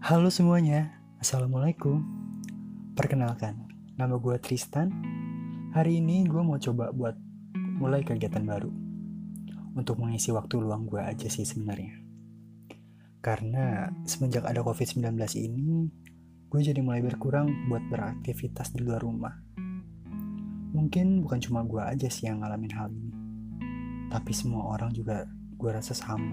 Halo semuanya, Assalamualaikum. Perkenalkan, nama gue Tristan. Hari ini gue mau coba buat mulai kegiatan baru untuk mengisi waktu luang gue aja sih sebenarnya. Karena semenjak ada COVID-19 ini, gue jadi mulai berkurang buat beraktivitas di luar rumah. Mungkin bukan cuma gue aja sih yang ngalamin hal ini, tapi semua orang juga gue rasa sama.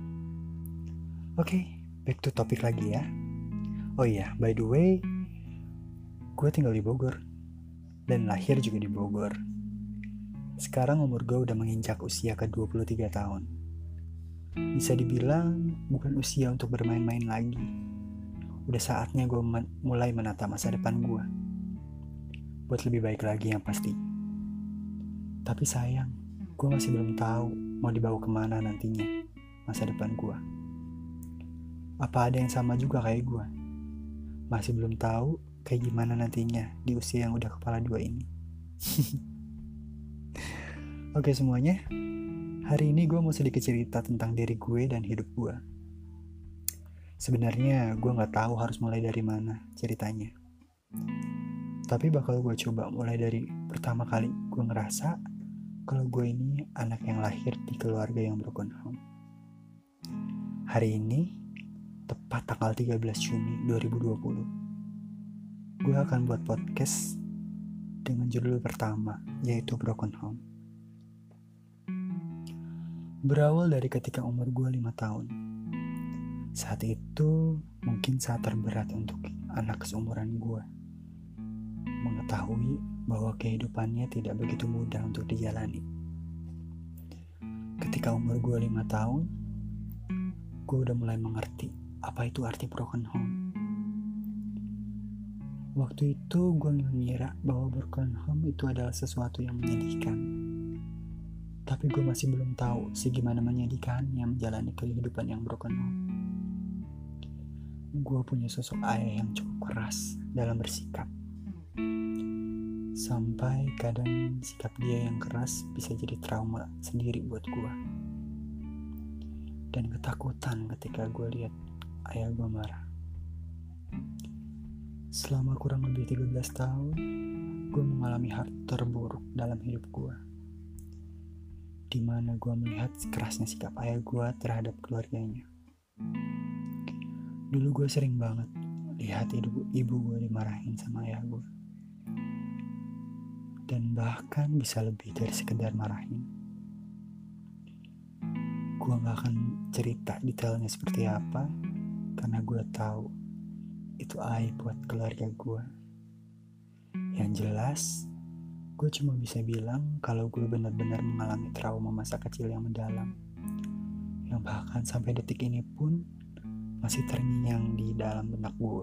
Oke, back to topik lagi ya. Oh iya, by the way, gue tinggal di Bogor dan lahir juga di Bogor. Sekarang umur gue udah menginjak usia ke 23 tahun. Bisa dibilang bukan usia untuk bermain-main lagi. Udah saatnya gue mulai menata masa depan gue. Buat lebih baik lagi yang pasti. Tapi sayang, gue masih belum tahu mau dibawa kemana nantinya masa depan gue. Apa ada yang sama juga kayak gue? Masih belum tahu kayak gimana nantinya di usia yang udah kepala dua ini. Oke semuanya, hari ini gue mau sedikit cerita tentang diri gue dan hidup gue. Sebenarnya gue gak tahu harus mulai dari mana ceritanya. Tapi bakal gue coba mulai dari pertama kali gue ngerasa kalau gue ini anak yang lahir di keluarga yang broken home. Hari ini, tepat tanggal 13 Juni 2020, gue akan buat podcast dengan judul pertama, yaitu Broken Home. Berawal dari ketika umur gue 5 tahun. Saat itu mungkin saat terberat untuk anak seumuran gue. Mengetahui bahwa kehidupannya tidak begitu mudah untuk dijalani. Ketika umur gue 5 tahun, gue udah mulai mengerti apa itu arti broken home. Waktu itu gue mengira bahwa broken home itu adalah sesuatu yang menyedihkan. Tapi gue masih belum tahu segimana menyedihkannya menjalani kehidupan yang broken home. Gue punya sosok ayah yang cukup keras dalam bersikap. Sampai kadang sikap dia yang keras bisa jadi trauma sendiri buat gue. Dan ketakutan ketika gue lihat ayah gue marah. Selama kurang lebih 13 tahun, gue mengalami hal terburuk dalam hidup gue. Di mana gue melihat kerasnya sikap ayah gue terhadap keluarganya. Dulu gue sering banget lihat ibu gue dimarahin sama ayah gue. Dan bahkan bisa lebih dari sekedar marahin. Gue gak akan cerita detailnya seperti apa, karena gue tahu itu aib buat keluarga gue. Yang jelas, gue cuma bisa bilang kalau gue benar-benar mengalami trauma masa kecil yang mendalam, yang bahkan sampai detik ini pun masih terngiang di dalam benak gue.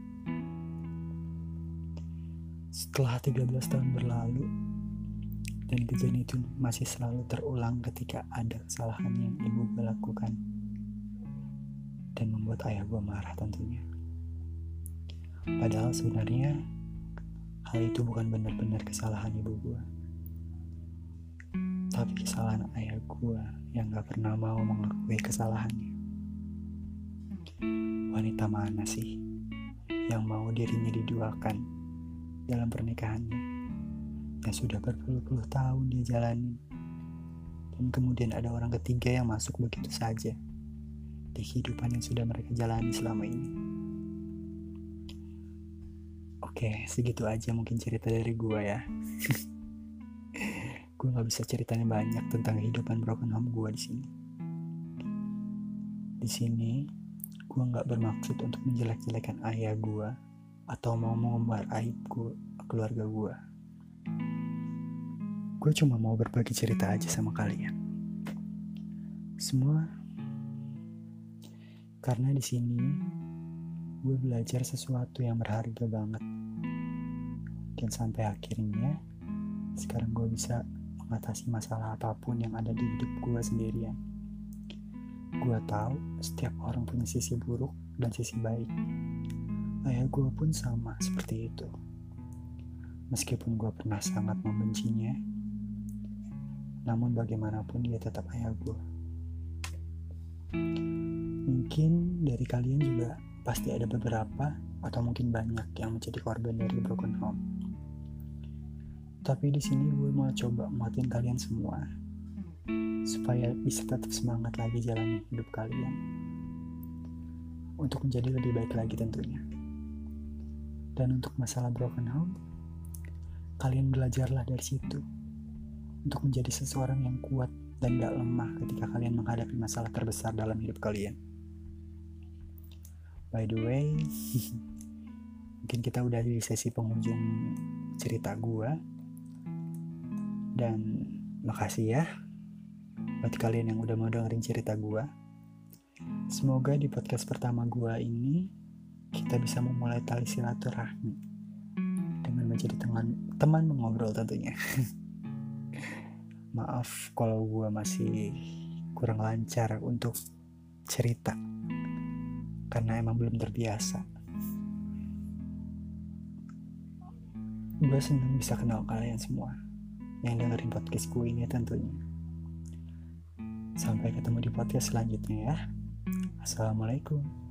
Setelah 13 tahun berlalu, dan kejadian itu masih selalu terulang ketika ada kesalahan yang ibu gue lakukan, dan membuat ayah gue marah tentunya. Padahal sebenarnya hal itu bukan benar-benar kesalahan ibu gue, tapi kesalahan ayah gue yang gak pernah mau mengakui kesalahannya. Wanita mana sih yang mau dirinya diduakan dalam pernikahannya yang sudah berpuluh-puluh tahun dia jalani, dan kemudian ada orang ketiga yang masuk begitu saja di kehidupan yang sudah mereka jalani selama ini. Oke, segitu aja mungkin cerita dari gue ya. Gue gak bisa ceritanya banyak tentang kehidupan broken home gue di sini. Di sini, gue gak bermaksud untuk menjelek-jelekan ayah gue atau mau mengumbar aib keluarga gue. Gue cuma mau berbagi cerita aja sama kalian. Semua karena di sini gue belajar sesuatu yang berharga banget. Dan sampai akhirnya sekarang gue bisa mengatasi masalah apapun yang ada di hidup gue sendirian. Gue tahu setiap orang punya sisi buruk dan sisi baik. Ayah gue pun sama seperti itu. Meskipun gue pernah sangat membencinya, namun bagaimanapun dia tetap ayah gue. Mungkin dari kalian juga pasti ada beberapa atau mungkin banyak yang menjadi korban dari broken home. Tapi di sini gue mau coba nguatin kalian semua supaya bisa tetap semangat lagi jalani hidup kalian untuk menjadi lebih baik lagi tentunya. Dan untuk masalah broken home, kalian belajarlah dari situ untuk menjadi seseorang yang kuat dan gak lemah ketika kalian menghadapi masalah terbesar dalam hidup kalian. By the way, mungkin kita udah di sesi penghujung cerita gue. Dan makasih ya buat kalian yang udah mau dengerin cerita gue. Semoga di podcast pertama gue ini kita bisa memulai tali silaturahmi dengan menjadi teman mengobrol tentunya. Maaf kalau gue masih kurang lancar untuk cerita karena emang belum terbiasa. Gue senang bisa kenal kalian semua yang dengerin podcast gue ini tentunya. Sampai ketemu di podcast selanjutnya ya. Assalamualaikum.